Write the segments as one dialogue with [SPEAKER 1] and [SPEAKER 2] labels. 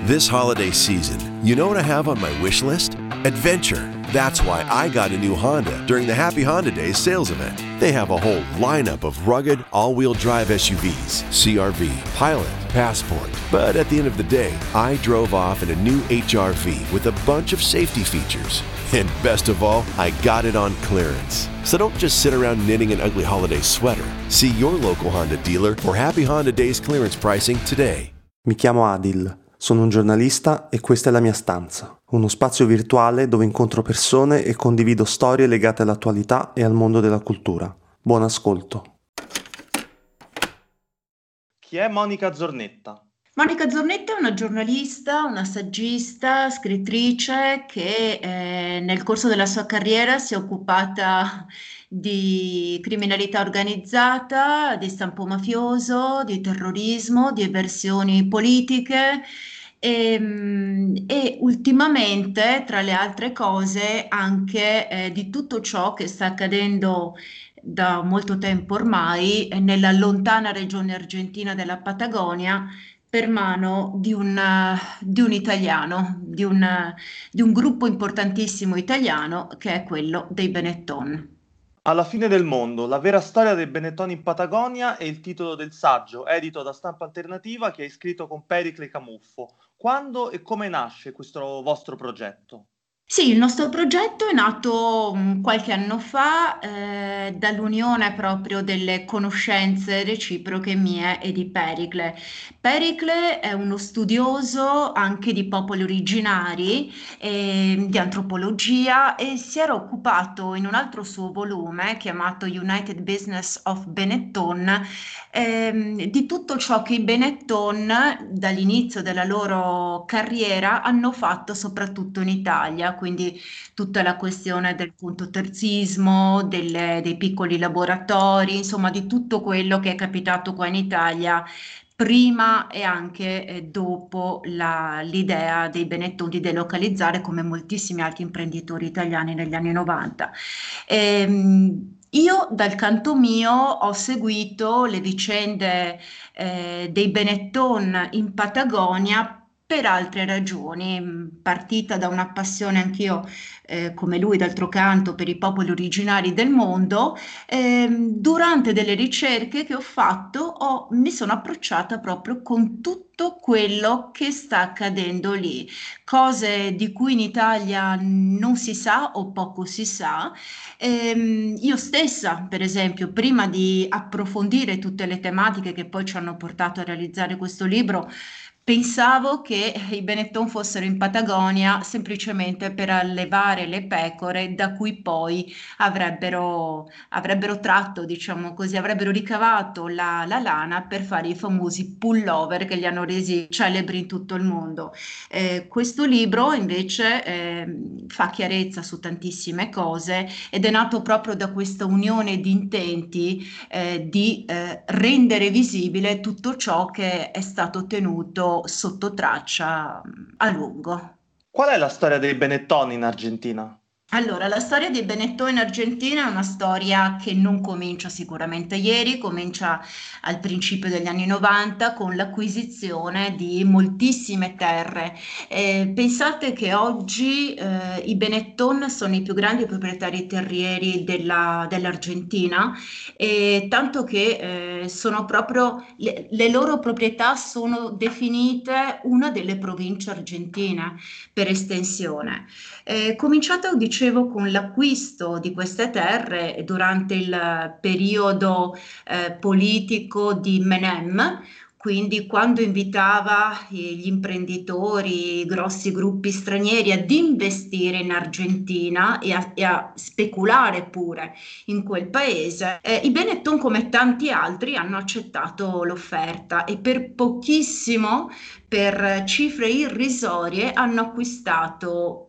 [SPEAKER 1] This holiday season, you know what I have on my wish list? Adventure. That's why I got a new Honda during the Happy Honda Days sales event. They have a whole lineup of rugged, all-wheel drive SUVs, CR-V, Pilot, Passport. But at the end of the day, I drove off in a new HR-V with a bunch of safety features. And best of all, I got it on clearance. So don't just sit around knitting an ugly holiday sweater. See your local Honda dealer for Happy Honda Days clearance pricing today.
[SPEAKER 2] Mi chiamo Adil, sono un giornalista e questa è la mia stanza, uno spazio virtuale dove incontro persone e condivido storie legate all'attualità e al mondo della cultura. Buon ascolto.
[SPEAKER 3] Chi è Monica Zornetta?
[SPEAKER 4] Monica Zornetta è una giornalista, una saggista, scrittrice che nel corso della sua carriera si è occupata di criminalità organizzata, di stampo mafioso, di terrorismo, di eversioni politiche e ultimamente, tra le altre cose, anche di tutto ciò che sta accadendo da molto tempo ormai nella lontana regione argentina della Patagonia per mano di un italiano, di un gruppo importantissimo italiano che è quello dei Benetton.
[SPEAKER 3] Alla fine del mondo, la vera storia dei Benetton in Patagonia è il titolo del saggio, edito da Stampa Alternativa, che hai scritto con Pericle Camuffo. Quando e come nasce questo vostro progetto?
[SPEAKER 4] Sì, il nostro progetto è nato qualche anno fa dall'unione proprio delle conoscenze reciproche mie e di Pericle. Pericle è uno studioso anche di popoli originari, di antropologia e si era occupato in un altro suo volume chiamato United Business of Benetton di tutto ciò che i Benetton dall'inizio della loro carriera hanno fatto soprattutto in Italia, quindi tutta la questione del contoterzismo, dei piccoli laboratori, insomma di tutto quello che è capitato qua in Italia prima e anche dopo l'idea dei Benetton di delocalizzare come moltissimi altri imprenditori italiani negli anni 90. Io dal canto mio ho seguito le vicende dei Benetton in Patagonia per altre ragioni, partita da una passione anch'io, come lui d'altro canto, per i popoli originari del mondo. Durante delle ricerche che ho fatto mi sono approcciata proprio con tutto quello che sta accadendo lì, cose di cui in Italia non si sa o poco si sa. Io stessa, per esempio, prima di approfondire tutte le tematiche che poi ci hanno portato a realizzare questo libro, pensavo che i Benetton fossero in Patagonia semplicemente per allevare le pecore da cui poi avrebbero tratto, diciamo così, avrebbero ricavato la lana per fare i famosi pullover che li hanno resi celebri in tutto il mondo. Questo libro invece fa chiarezza su tantissime cose ed è nato proprio da questa unione di intenti di rendere visibile tutto ciò che è stato tenuto sotto traccia a lungo.
[SPEAKER 3] Qual è la storia dei Benetton in Argentina?
[SPEAKER 4] Allora, la storia dei Benetton in Argentina è una storia che non comincia sicuramente ieri, comincia al principio degli anni 90 con l'acquisizione di moltissime terre. Pensate che oggi i Benetton sono i più grandi proprietari terrieri dell'Argentina, tanto che sono proprio le loro proprietà sono definite una delle province argentine per estensione. Cominciato, dicevo, con l'acquisto di queste terre durante il periodo politico di Menem, quindi quando invitava gli imprenditori, i grossi gruppi stranieri ad investire in Argentina e a speculare pure in quel paese, i Benetton, come tanti altri, hanno accettato l'offerta e per pochissimo, per cifre irrisorie, hanno acquistato.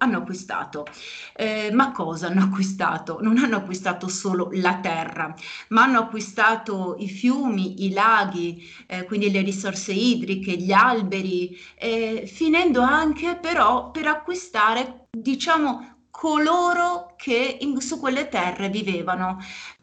[SPEAKER 4] Ma cosa hanno acquistato? Non hanno acquistato solo la terra, ma hanno acquistato i fiumi, i laghi, quindi le risorse idriche, gli alberi, finendo anche però per acquistare, diciamo, coloro che su quelle terre vivevano.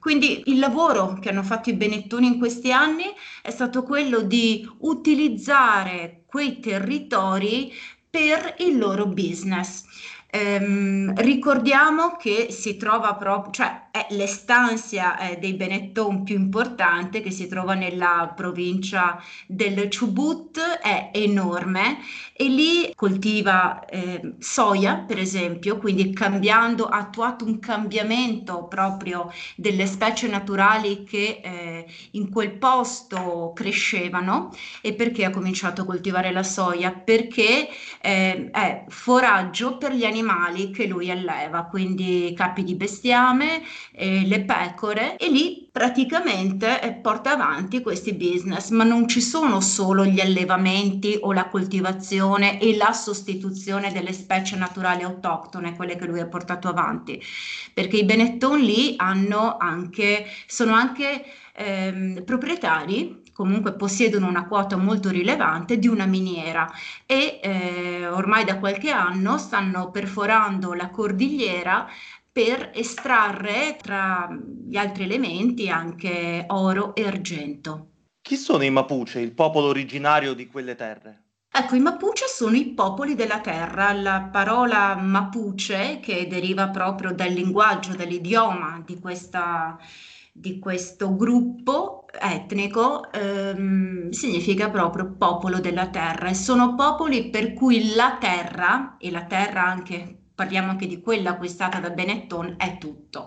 [SPEAKER 4] Quindi il lavoro che hanno fatto i Benettoni in questi anni è stato quello di utilizzare quei territori per il loro business. Ricordiamo che si trova proprio, cioè è l'estancia dei Benetton più importante, che si trova nella provincia del Chubut, è enorme e lì coltiva soia, per esempio, quindi ha attuato un cambiamento proprio delle specie naturali che in quel posto crescevano. E perché ha cominciato a coltivare la soia? Perché è foraggio per gli animali che lui alleva, quindi capi di bestiame, le pecore, e lì praticamente porta avanti questi business, ma non ci sono solo gli allevamenti o la coltivazione e la sostituzione delle specie naturali autoctone, quelle che lui ha portato avanti, perché i Benetton lì sono anche proprietari, comunque possiedono una quota molto rilevante di una miniera e ormai da qualche anno stanno perforando la cordigliera per estrarre tra gli altri elementi anche oro e argento.
[SPEAKER 3] Chi sono i Mapuche, il popolo originario di quelle terre?
[SPEAKER 4] Ecco, i Mapuche sono i popoli della terra. La parola Mapuche, che deriva proprio dal linguaggio, dall'idioma di questo gruppo etnico, significa proprio popolo della terra. E sono popoli per cui la terra, e la terra anche, parliamo anche di quella acquistata da Benetton, è tutto.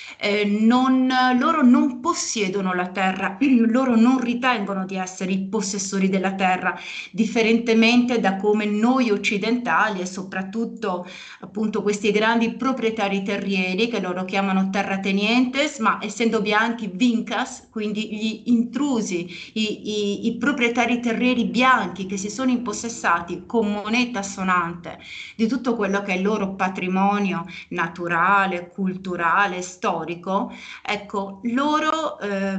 [SPEAKER 4] Loro non possiedono la terra, loro non ritengono di essere i possessori della terra, differentemente da come noi occidentali e soprattutto appunto questi grandi proprietari terrieri che loro chiamano terratenientes, ma essendo bianchi vincas, quindi gli intrusi, i proprietari terrieri bianchi che si sono impossessati con moneta assonante di tutto quello che è il loro patrimonio naturale, culturale, storico. Ecco, loro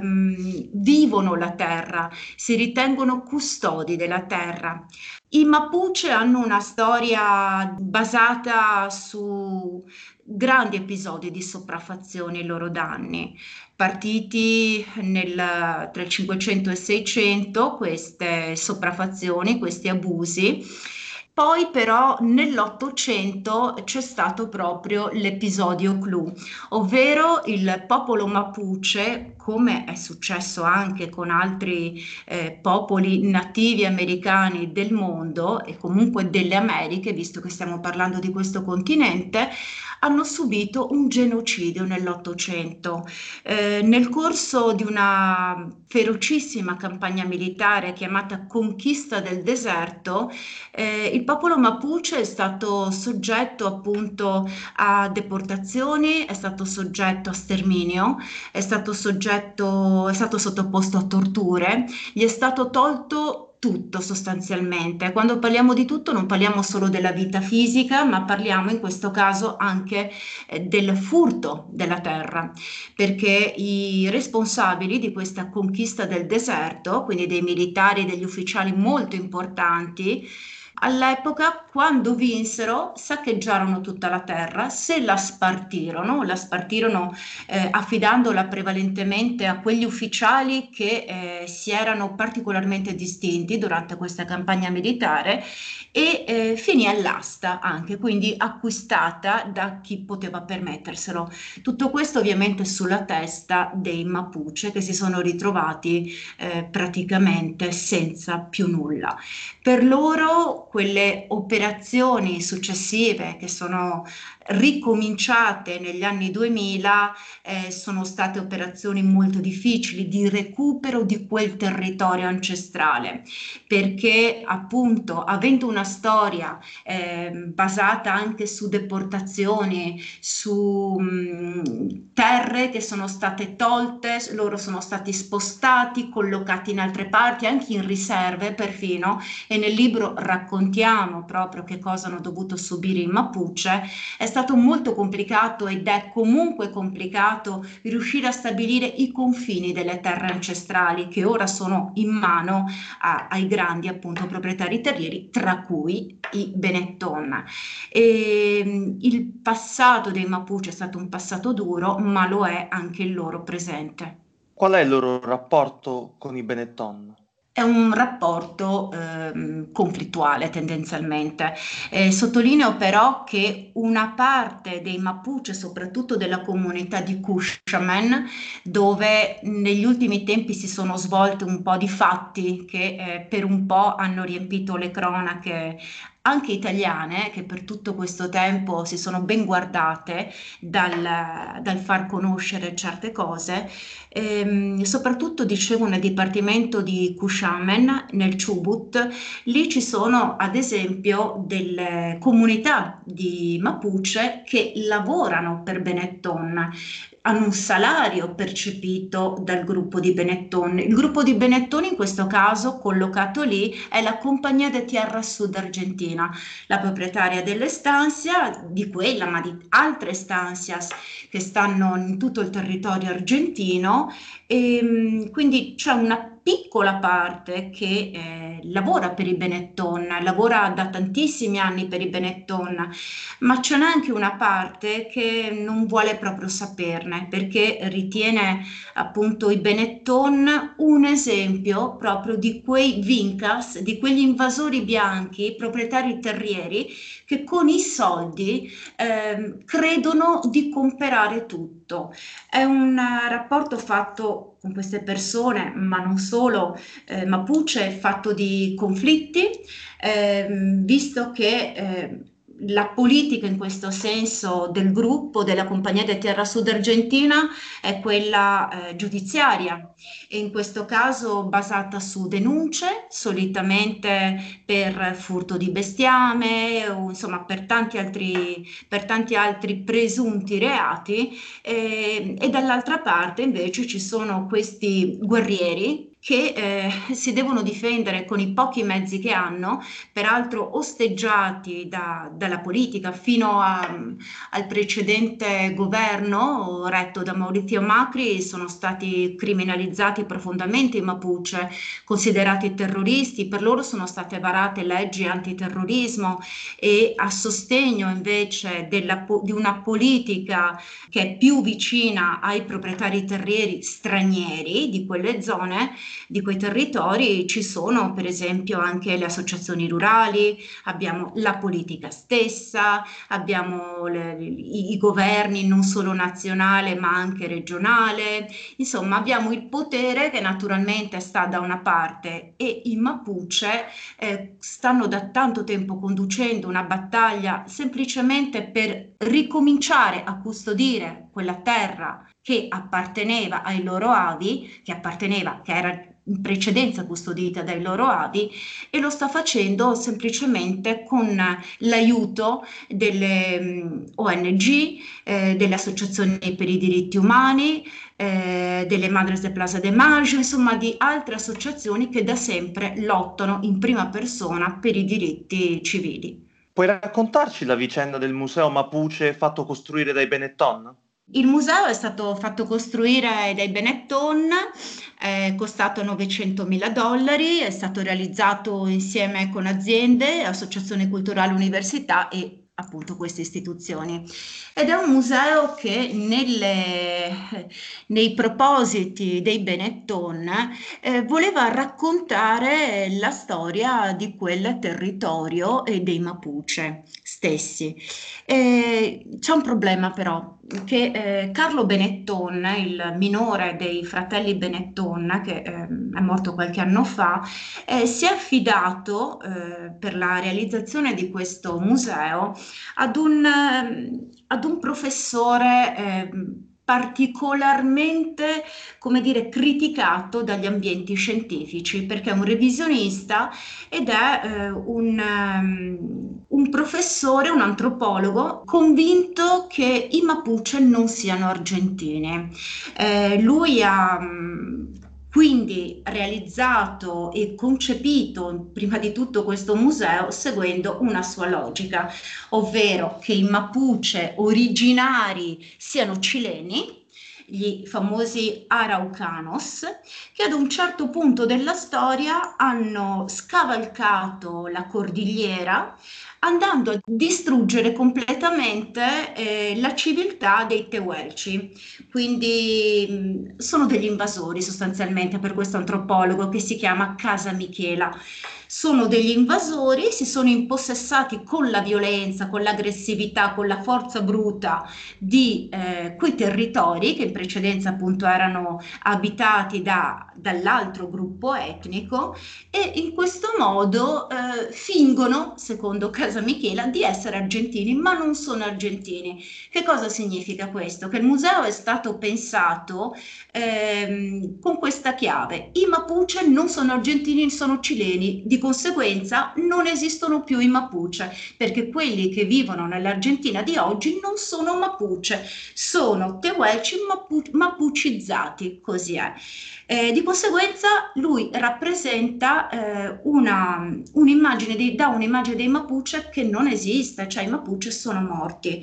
[SPEAKER 4] vivono la terra, si ritengono custodi della terra. I Mapuche hanno una storia basata su grandi episodi di sopraffazione ai loro danni, partiti tra il 500 e il 600, queste sopraffazioni, questi abusi. Poi però nell'Ottocento c'è stato proprio l'episodio clou, ovvero il popolo Mapuche, come è successo anche con altri popoli nativi americani del mondo e comunque delle Americhe, visto che stiamo parlando di questo continente, hanno subito un genocidio nell'Ottocento. Nel corso di una ferocissima campagna militare chiamata Conquista del Deserto, il popolo Mapuche è stato soggetto appunto a deportazioni, è stato soggetto a sterminio, è stato sottoposto a torture, gli è stato tolto tutto sostanzialmente. Quando parliamo di tutto non parliamo solo della vita fisica, ma parliamo in questo caso anche del furto della terra, perché i responsabili di questa conquista del deserto, quindi dei militari e degli ufficiali molto importanti, all'epoca, quando vinsero, saccheggiarono tutta la terra, se la spartirono affidandola prevalentemente a quegli ufficiali che si erano particolarmente distinti durante questa campagna militare e finì all'asta anche, quindi acquistata da chi poteva permetterselo. Tutto questo ovviamente sulla testa dei Mapuche che si sono ritrovati praticamente senza più nulla. Per loro quelle operazioni successive che sono ricominciate negli anni 2000 sono state operazioni molto difficili di recupero di quel territorio ancestrale, perché appunto avendo una storia basata anche su deportazioni, su terre che sono state tolte, loro sono stati spostati, collocati in altre parti, anche in riserve perfino, e nel libro raccontiamo proprio che cosa hanno dovuto subire i Mapuche. È stato molto complicato ed è comunque complicato riuscire a stabilire i confini delle terre ancestrali che ora sono in mano ai grandi appunto proprietari terrieri, tra cui i Benetton. Il passato dei Mapuche è stato un passato duro, ma lo è anche il loro presente.
[SPEAKER 3] Qual è il loro rapporto con i Benetton?
[SPEAKER 4] È un rapporto conflittuale tendenzialmente. Sottolineo però che una parte dei Mapuche, soprattutto della comunità di Cuscamen, dove negli ultimi tempi si sono svolti un po' di fatti che per un po' hanno riempito le cronache anche italiane, che per tutto questo tempo si sono ben guardate dal far conoscere certe cose. Soprattutto dicevo nel dipartimento di Cuscamen, nel Chubut, lì ci sono ad esempio delle comunità di Mapuche che lavorano per Benetton, hanno un salario percepito dal gruppo di Benetton. Il gruppo di Benetton in questo caso collocato lì è la Compagnia de Tierra Sud Argentina, la proprietaria dell'estancia, di quella ma di altre estancias che stanno in tutto il territorio argentino, e quindi c'è una piccola parte che lavora per i Benetton, lavora da tantissimi anni per i Benetton, ma c'è anche una parte che non vuole proprio saperne perché ritiene appunto i Benetton un esempio proprio di quei Vincas, di quegli invasori bianchi, proprietari terrieri che con i soldi credono di comprare tutto. È un rapporto fatto con queste persone, ma non solo, Mapuche, fatto di conflitti, visto che la politica in questo senso del gruppo della Compagnia de Tierra Sud Argentina è quella giudiziaria e in questo caso basata su denunce, solitamente per furto di bestiame o insomma per tanti altri presunti reati, e dall'altra parte invece ci sono questi guerrieri che si devono difendere con i pochi mezzi che hanno, peraltro osteggiati dalla politica fino al precedente governo retto da Maurizio Macri. Sono stati criminalizzati profondamente i Mapuche, considerati terroristi, per loro sono state varate leggi antiterrorismo e a sostegno invece di una politica che è più vicina ai proprietari terrieri stranieri di quelle zone, di quei territori. Ci sono per esempio anche le associazioni rurali, abbiamo la politica stessa, abbiamo i governi non solo nazionale ma anche regionale, insomma abbiamo il potere che naturalmente sta da una parte e i Mapuche stanno da tanto tempo conducendo una battaglia semplicemente per ricominciare a custodire quella terra che apparteneva ai loro avi, che era in precedenza custodita dai loro avi, e lo sta facendo semplicemente con l'aiuto delle ONG, delle associazioni per i diritti umani, delle Madres de Plaza de Mayo, insomma di altre associazioni che da sempre lottano in prima persona per i diritti civili.
[SPEAKER 3] Puoi raccontarci la vicenda del museo Mapuche fatto costruire dai Benetton?
[SPEAKER 4] Il museo è stato fatto costruire dai Benetton, è costato $900.000, è stato realizzato insieme con aziende, associazioni culturali, università e appunto queste istituzioni. Ed è un museo che nei propositi dei Benetton voleva raccontare la storia di quel territorio e dei Mapuche stessi. C'è un problema però, che Carlo Benetton, il minore dei fratelli Benetton, che è morto qualche anno fa, si è affidato per la realizzazione di questo museo ad un professore particolarmente, come dire, criticato dagli ambienti scientifici perché è un revisionista ed è un professore, un antropologo convinto che i Mapuche non siano argentini. Lui ha quindi realizzato e concepito prima di tutto questo museo seguendo una sua logica, ovvero che i Mapuche originari siano cileni, gli famosi Araucanos, che ad un certo punto della storia hanno scavalcato la cordigliera andando a distruggere completamente la civiltà dei Tehuelci. Quindi sono degli invasori sostanzialmente per questo antropologo che si chiama Casa Michela. Sono degli invasori, si sono impossessati con la violenza, con l'aggressività, con la forza bruta di quei territori che in precedenza appunto erano abitati dall'altro gruppo etnico e in questo modo fingono, secondo Casa Michela, di essere argentini, ma non sono argentini. Che cosa significa questo? Che il museo è stato pensato con questa chiave. I Mapuche non sono argentini, sono cileni, di conseguenza non esistono più i Mapuche, perché quelli che vivono nell'Argentina di oggi non sono Mapuche, sono Tehuelci mapucizzati, così è. Di conseguenza lui rappresenta un'immagine, dà un'immagine dei Mapuche che non esiste, cioè i Mapuche sono morti.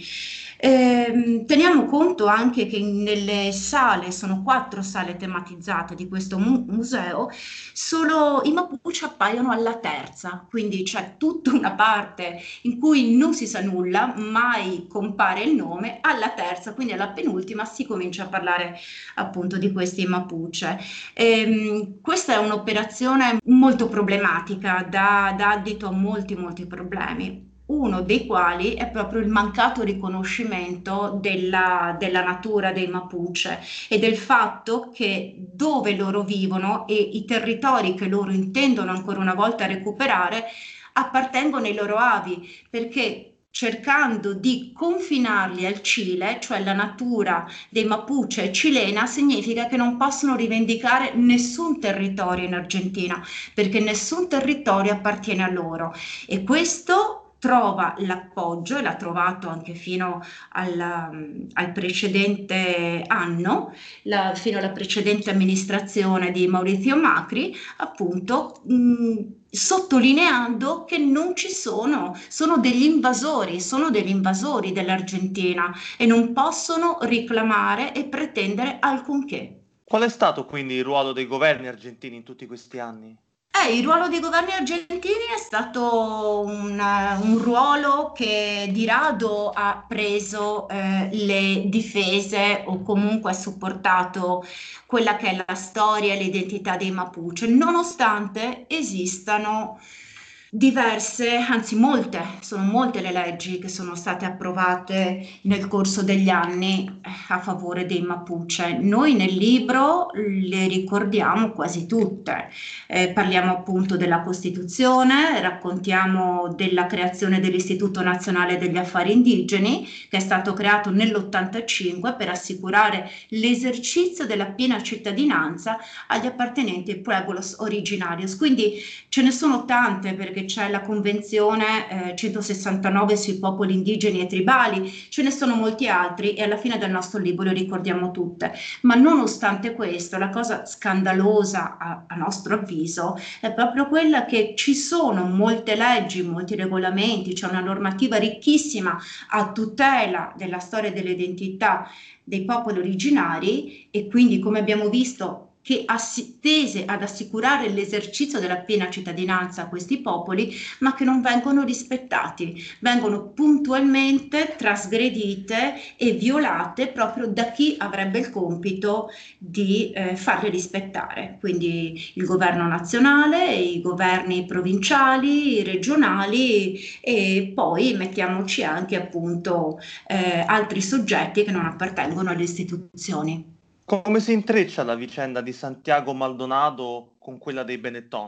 [SPEAKER 4] Teniamo conto anche che nelle sale, sono 4 sale tematizzate di questo museo, solo i Mapuche appaiono alla terza, quindi c'è tutta una parte in cui non si sa nulla, mai compare il nome, alla terza, quindi alla penultima, si comincia a parlare appunto di questi Mapuche. Questa è un'operazione molto problematica, dà addito a molti problemi. Uno dei quali è proprio il mancato riconoscimento della natura dei Mapuche e del fatto che dove loro vivono e i territori che loro intendono ancora una volta recuperare appartengono ai loro avi, perché cercando di confinarli al Cile, cioè la natura dei Mapuche cilena, significa che non possono rivendicare nessun territorio in Argentina, perché nessun territorio appartiene a loro. E questo trova l'appoggio, e l'ha trovato anche fino al precedente anno, fino alla precedente amministrazione di Maurizio Macri, appunto sottolineando che non ci sono degli invasori dell'Argentina e non possono reclamare e pretendere alcunché.
[SPEAKER 3] Qual è stato quindi il ruolo dei governi argentini in tutti questi anni?
[SPEAKER 4] Il ruolo dei governi argentini è stato un ruolo che di rado ha preso le difese o comunque ha supportato quella che è la storia e l'identità dei Mapuche, nonostante esistano diverse, anzi molte, sono molte le leggi che sono state approvate nel corso degli anni a favore dei Mapuche. Noi nel libro le ricordiamo quasi tutte. Parliamo appunto della Costituzione, raccontiamo della creazione dell'Istituto Nazionale degli Affari Indigeni, che è stato creato nell'85 per assicurare l'esercizio della piena cittadinanza agli appartenenti ai pueblos originarios. Quindi ce ne sono tante, perché c'è la Convenzione 169 sui popoli indigeni e tribali, ce ne sono molti altri e alla fine del nostro libro le ricordiamo tutte. Ma nonostante questo, la cosa scandalosa a nostro avviso è proprio quella che ci sono molte leggi, molti regolamenti, c'è una normativa ricchissima a tutela della storia e dell'identità dei popoli originari e quindi, come abbiamo visto, che tese ad assicurare l'esercizio della piena cittadinanza a questi popoli, ma che non vengono rispettati, vengono puntualmente trasgredite e violate proprio da chi avrebbe il compito di farle rispettare, quindi il governo nazionale, i governi provinciali, i regionali e poi mettiamoci anche appunto altri soggetti che non appartengono alle istituzioni.
[SPEAKER 3] Come si intreccia la vicenda di Santiago Maldonado con quella dei Benetton?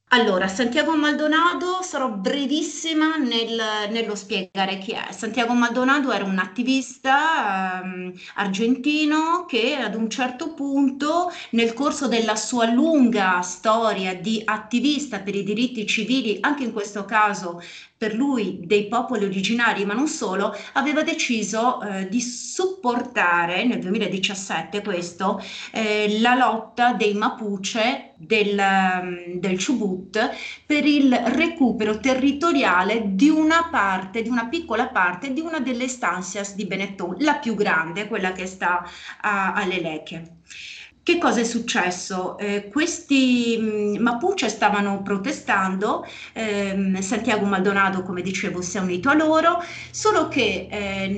[SPEAKER 4] Allora, Santiago Maldonado, sarò brevissima nello spiegare chi è. Santiago Maldonado era un attivista argentino che ad un certo punto, nel corso della sua lunga storia di attivista per i diritti civili, anche in questo caso per lui dei popoli originari, ma non solo, aveva deciso di supportare nel 2017 questo la lotta dei Mapuche del Chubut per il recupero territoriale di una parte, di una piccola parte di una delle estancias di Benetton, la più grande, quella che sta a Leleque. Che cosa è successo? Questi Mapuche stavano protestando, Santiago Maldonado, come dicevo, si è unito a loro, solo che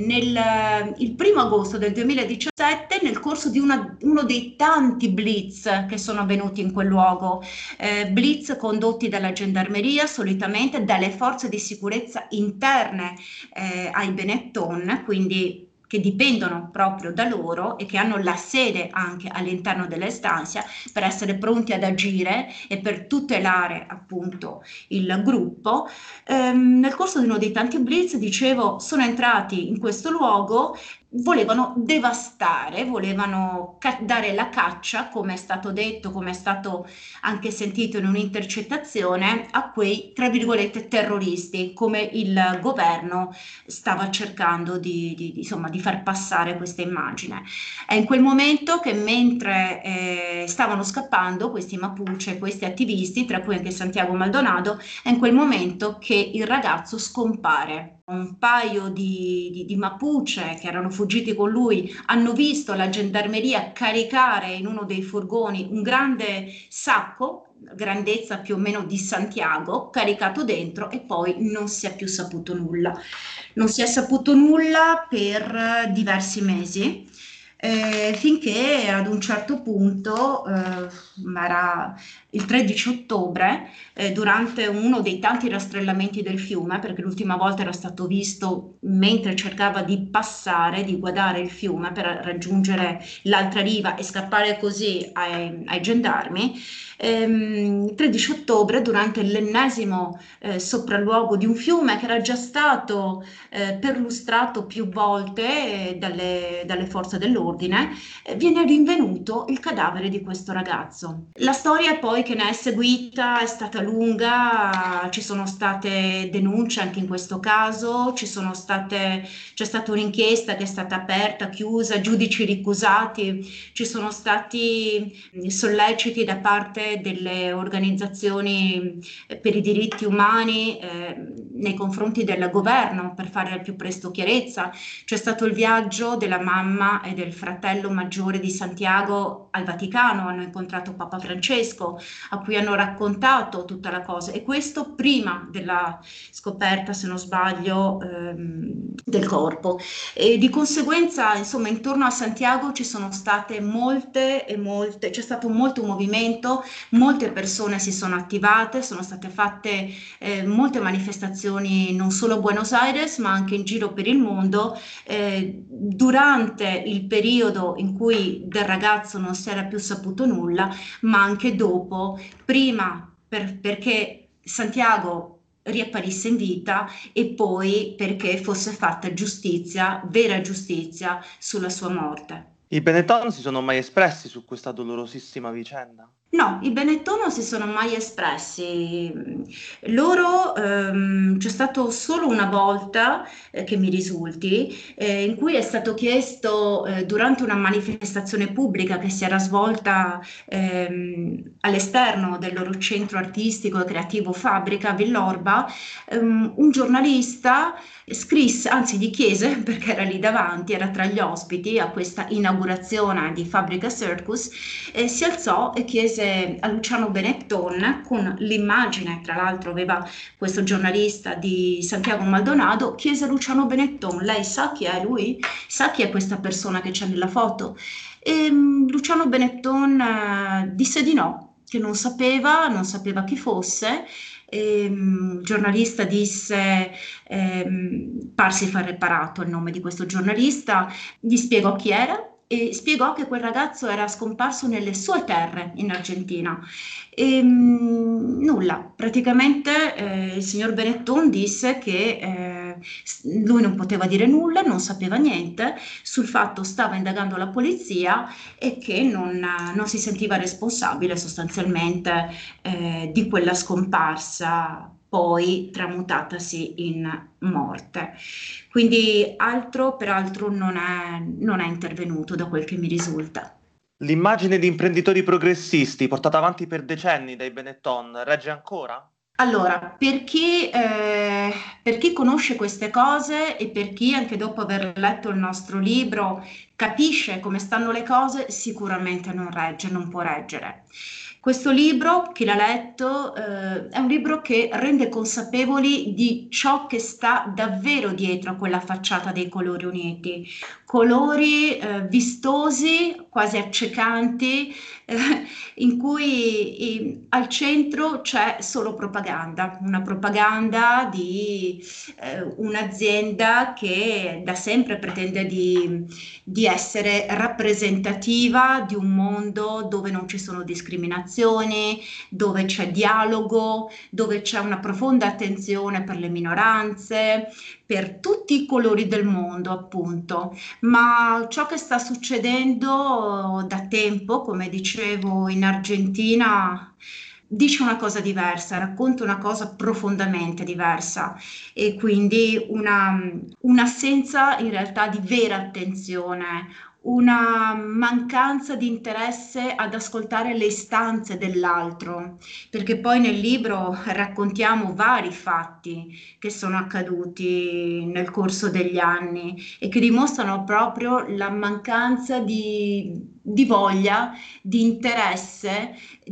[SPEAKER 4] il 1° agosto del 2017, nel corso di uno dei tanti blitz che sono avvenuti in quel luogo, blitz condotti dalla gendarmeria, solitamente dalle forze di sicurezza interne ai Benetton, quindi che dipendono proprio da loro e che hanno la sede anche all'interno dell'estancia per essere pronti ad agire e per tutelare appunto il gruppo. Nel corso di uno dei tanti blitz, dicevo, sono entrati in questo luogo, volevano devastare, volevano dare la caccia, come è stato detto, come è stato anche sentito in un'intercettazione, a quei, tra virgolette, terroristi, come il governo stava cercando insomma, di far passare questa immagine. È in quel momento che, mentre stavano scappando questi Mapuche, questi attivisti, tra cui anche Santiago Maldonado, è in quel momento che il ragazzo scompare. Un paio di Mapuche che erano fuggiti con lui hanno visto la gendarmeria caricare in uno dei furgoni un grande sacco, grandezza più o meno di Santiago, caricato dentro, e poi non si è più saputo nulla. Non si è saputo nulla per diversi mesi. Finché ad un certo punto, era il 13 ottobre, durante uno dei tanti rastrellamenti del fiume, perché l'ultima volta era stato visto mentre cercava di passare, di guardare il fiume per raggiungere l'altra riva e scappare così ai gendarmi. 13 ottobre, durante l'ennesimo sopralluogo di un fiume che era già stato perlustrato più volte dalle forze dell'ordine, viene rinvenuto il cadavere di questo ragazzo. La storia poi che ne è seguita è stata lunga, ci sono state denunce anche in questo caso, c'è stata un'inchiesta che è stata aperta, chiusa, giudici ricusati, ci sono stati solleciti da parte delle organizzazioni per i diritti umani nei confronti del governo per fare al più presto chiarezza. C'è stato il viaggio della mamma e del fratello maggiore di Santiago al Vaticano, hanno incontrato Papa Francesco, a cui hanno raccontato tutta la cosa, e questo prima della scoperta, se non sbaglio, del corpo. E di conseguenza, insomma, intorno a Santiago ci sono state c'è stato molto movimento, molte persone si sono attivate, sono state fatte molte manifestazioni non solo a Buenos Aires ma anche in giro per il mondo. Durante il periodo in cui del ragazzo non si era più saputo nulla, ma anche dopo, prima perché Santiago riapparisse in vita e poi perché fosse fatta giustizia, vera giustizia, sulla sua morte.
[SPEAKER 3] I Benetton si sono mai espressi su questa dolorosissima vicenda?
[SPEAKER 4] No, i Benetton non si sono mai espressi. Loro, c'è stato solo una volta, che mi risulti, in cui è stato chiesto, durante una manifestazione pubblica che si era svolta all'esterno del loro centro artistico e creativo Fabbrica a Villorba, un giornalista scrisse, anzi gli chiese, perché era lì davanti, era tra gli ospiti a questa inaugurazione di Fabbrica Circus, si alzò e chiese a Luciano Benetton, con l'immagine, tra l'altro aveva questo giornalista di Santiago Maldonado, chiese a Luciano Benetton: lei sa chi è lui? Sa chi è questa persona che c'è nella foto? E Luciano Benetton disse di no, che non sapeva chi fosse. Il giornalista disse, parsi far reparato il nome di questo giornalista, gli spiegò chi era e spiegò che quel ragazzo era scomparso nelle sue terre in Argentina. Nulla, praticamente il signor Benetton disse che lui non poteva dire nulla, non sapeva niente, sul fatto stava indagando la polizia e che non si sentiva responsabile sostanzialmente di quella scomparsa poi tramutatasi in morte. Quindi altro peraltro non è intervenuto da quel che mi risulta.
[SPEAKER 3] L'immagine di imprenditori progressisti portata avanti per decenni dai Benetton regge ancora?
[SPEAKER 4] Allora, per chi conosce queste cose e per chi anche dopo aver letto il nostro libro capisce come stanno le cose, sicuramente non regge, non può reggere. Questo libro, chi l'ha letto, è un libro che rende consapevoli di ciò che sta davvero dietro a quella facciata dei colori uniti. Colori vistosi, quasi accecanti, in cui al centro c'è solo propaganda, una propaganda di un'azienda che da sempre pretende di essere rappresentativa di un mondo dove non ci sono discriminazioni, dove c'è dialogo, dove c'è una profonda attenzione per le minoranze, per tutti i colori del mondo, appunto. Ma ciò che sta succedendo da tempo, come dicevo, in Argentina, dice una cosa diversa, racconta una cosa profondamente diversa e quindi un'assenza in realtà di vera attenzione, una mancanza di interesse ad ascoltare le istanze dell'altro, perché poi nel libro raccontiamo vari fatti che sono accaduti nel corso degli anni e che dimostrano proprio la mancanza di voglia, di interesse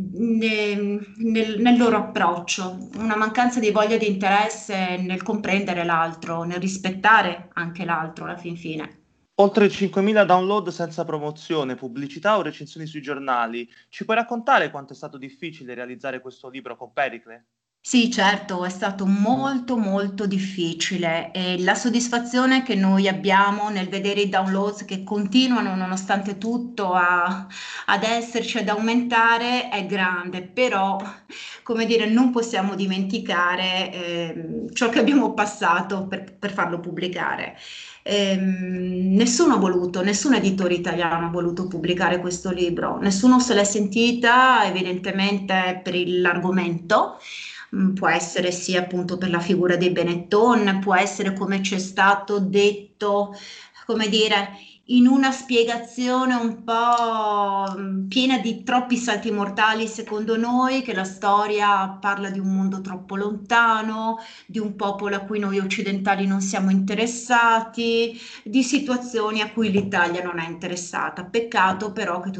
[SPEAKER 4] nel loro approccio, una mancanza di voglia di interesse nel comprendere l'altro, nel rispettare anche l'altro alla fin fine.
[SPEAKER 3] Oltre 5.000 download senza promozione, pubblicità o recensioni sui giornali. Ci puoi raccontare quanto è stato difficile realizzare questo libro con Pericle?
[SPEAKER 4] Sì, certo, è stato molto molto difficile e la soddisfazione che noi abbiamo nel vedere i downloads che continuano nonostante tutto ad esserci, ad aumentare è grande, però come dire, non possiamo dimenticare ciò che abbiamo passato per farlo pubblicare. Nessuno ha voluto, nessun editore italiano ha voluto pubblicare questo libro, nessuno se l'è sentita evidentemente per l'argomento. Può essere sia appunto per la figura dei Benetton, può essere come ci è stato detto, come dire, in una spiegazione un po' piena di troppi salti mortali, secondo noi, che la storia parla di un mondo troppo lontano, di un popolo a cui noi occidentali non siamo interessati, di situazioni a cui l'Italia non è interessata. Peccato però che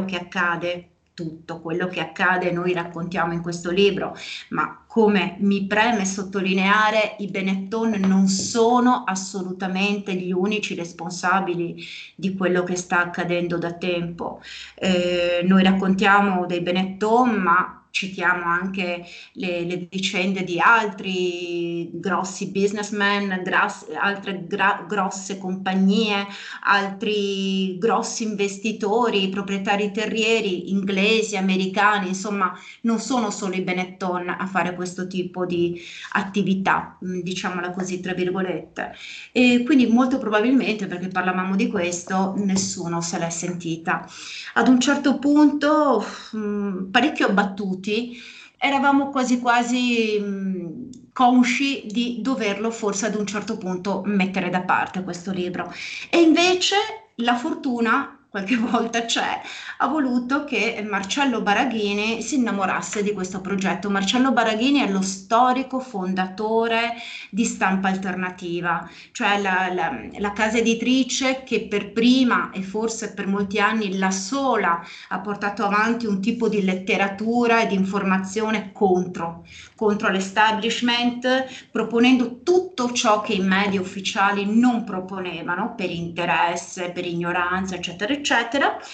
[SPEAKER 4] tutto quello che accade noi raccontiamo in questo libro, ma come mi preme sottolineare, i Benetton non sono assolutamente gli unici responsabili di quello che sta accadendo da tempo. Noi raccontiamo dei Benetton, ma citiamo anche le vicende di altri grossi businessmen, altre grosse compagnie, altri grossi investitori, proprietari terrieri inglesi, americani, insomma, non sono solo i Benetton a fare questo tipo di attività, diciamola così, tra virgolette. E quindi molto probabilmente, perché parlavamo di questo, nessuno se l'è sentita. Ad un certo punto, parecchio abbattuti, eravamo quasi quasi consci di doverlo forse ad un certo punto mettere da parte questo libro. E invece la fortuna, qualche volta c'è, ha voluto che Marcello Baraghini si innamorasse di questo progetto. Marcello Baraghini è lo storico fondatore di Stampa Alternativa, cioè la casa editrice che per prima e forse per molti anni la sola ha portato avanti un tipo di letteratura e di informazione contro l'establishment, proponendo tutto ciò che i media ufficiali non proponevano per interesse, per ignoranza, eccetera, eccetera.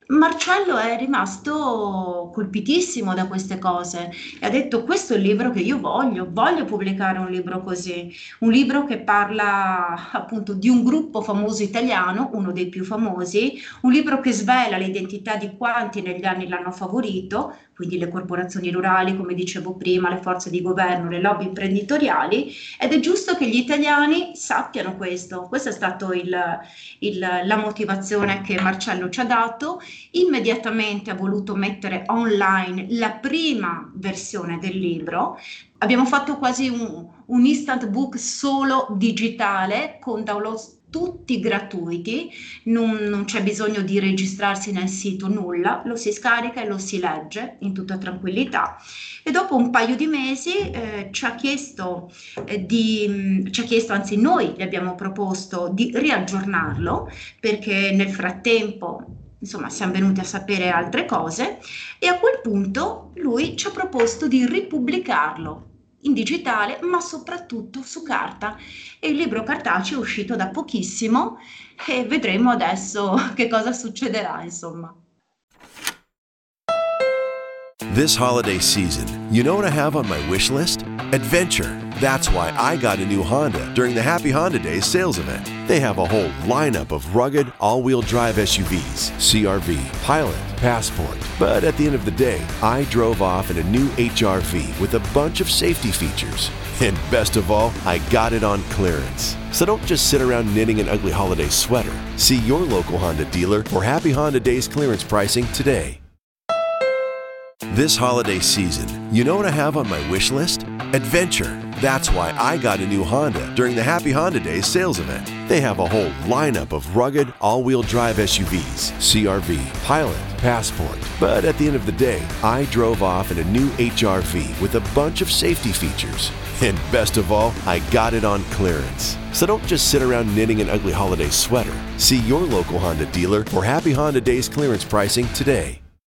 [SPEAKER 4] Marcello è rimasto colpitissimo da queste cose e ha detto: Questo è il libro che io voglio pubblicare un libro così, un libro che parla appunto di un gruppo famoso italiano, uno dei più famosi, un libro che svela l'identità di quanti negli anni l'hanno favorito, quindi le corporazioni rurali, come dicevo prima, le forze di governo, le lobby imprenditoriali, ed è giusto che gli italiani sappiano questo. Questa è stata la motivazione che Marcello ci ha dato. Immediatamente ha voluto mettere online la prima versione del libro. Abbiamo fatto quasi un instant book solo digitale con download tutti gratuiti, non c'è bisogno di registrarsi nel sito, nulla, lo si scarica e lo si legge in tutta tranquillità. E dopo un paio di mesi ci ha chiesto, anzi noi gli abbiamo proposto di riaggiornarlo, perché nel frattempo insomma siamo venuti a sapere altre cose, e a quel punto lui ci ha proposto di ripubblicarlo in digitale, ma soprattutto su carta. E il libro cartaceo è uscito da pochissimo e vedremo adesso che cosa succederà, insomma.
[SPEAKER 1] This holiday season, you know what I have on my wish list? Adventure. That's why I got a new Honda during the Happy Honda Days sales event. They have a whole lineup of rugged, all-wheel drive SUVs, CR-V, Pilot, Passport. But at the end of the day, I drove off in a new HR-V with a bunch of safety features. And best of all, I got it on clearance. So don't just sit around knitting an ugly holiday sweater. See your local Honda dealer for Happy Honda Days clearance pricing today. This holiday season, you know what I have on my wish list? Adventure. That's why I got a new Honda during the Happy Honda Days sales event. They have a whole lineup of rugged, all-wheel drive SUVs, CR-V, Pilot, Passport. But at the end of the day, I drove off in a new HR-V with a bunch of safety features. And best of all, I got it on clearance. So don't just sit around knitting an ugly holiday sweater. See your local Honda dealer for Happy Honda Days clearance pricing today.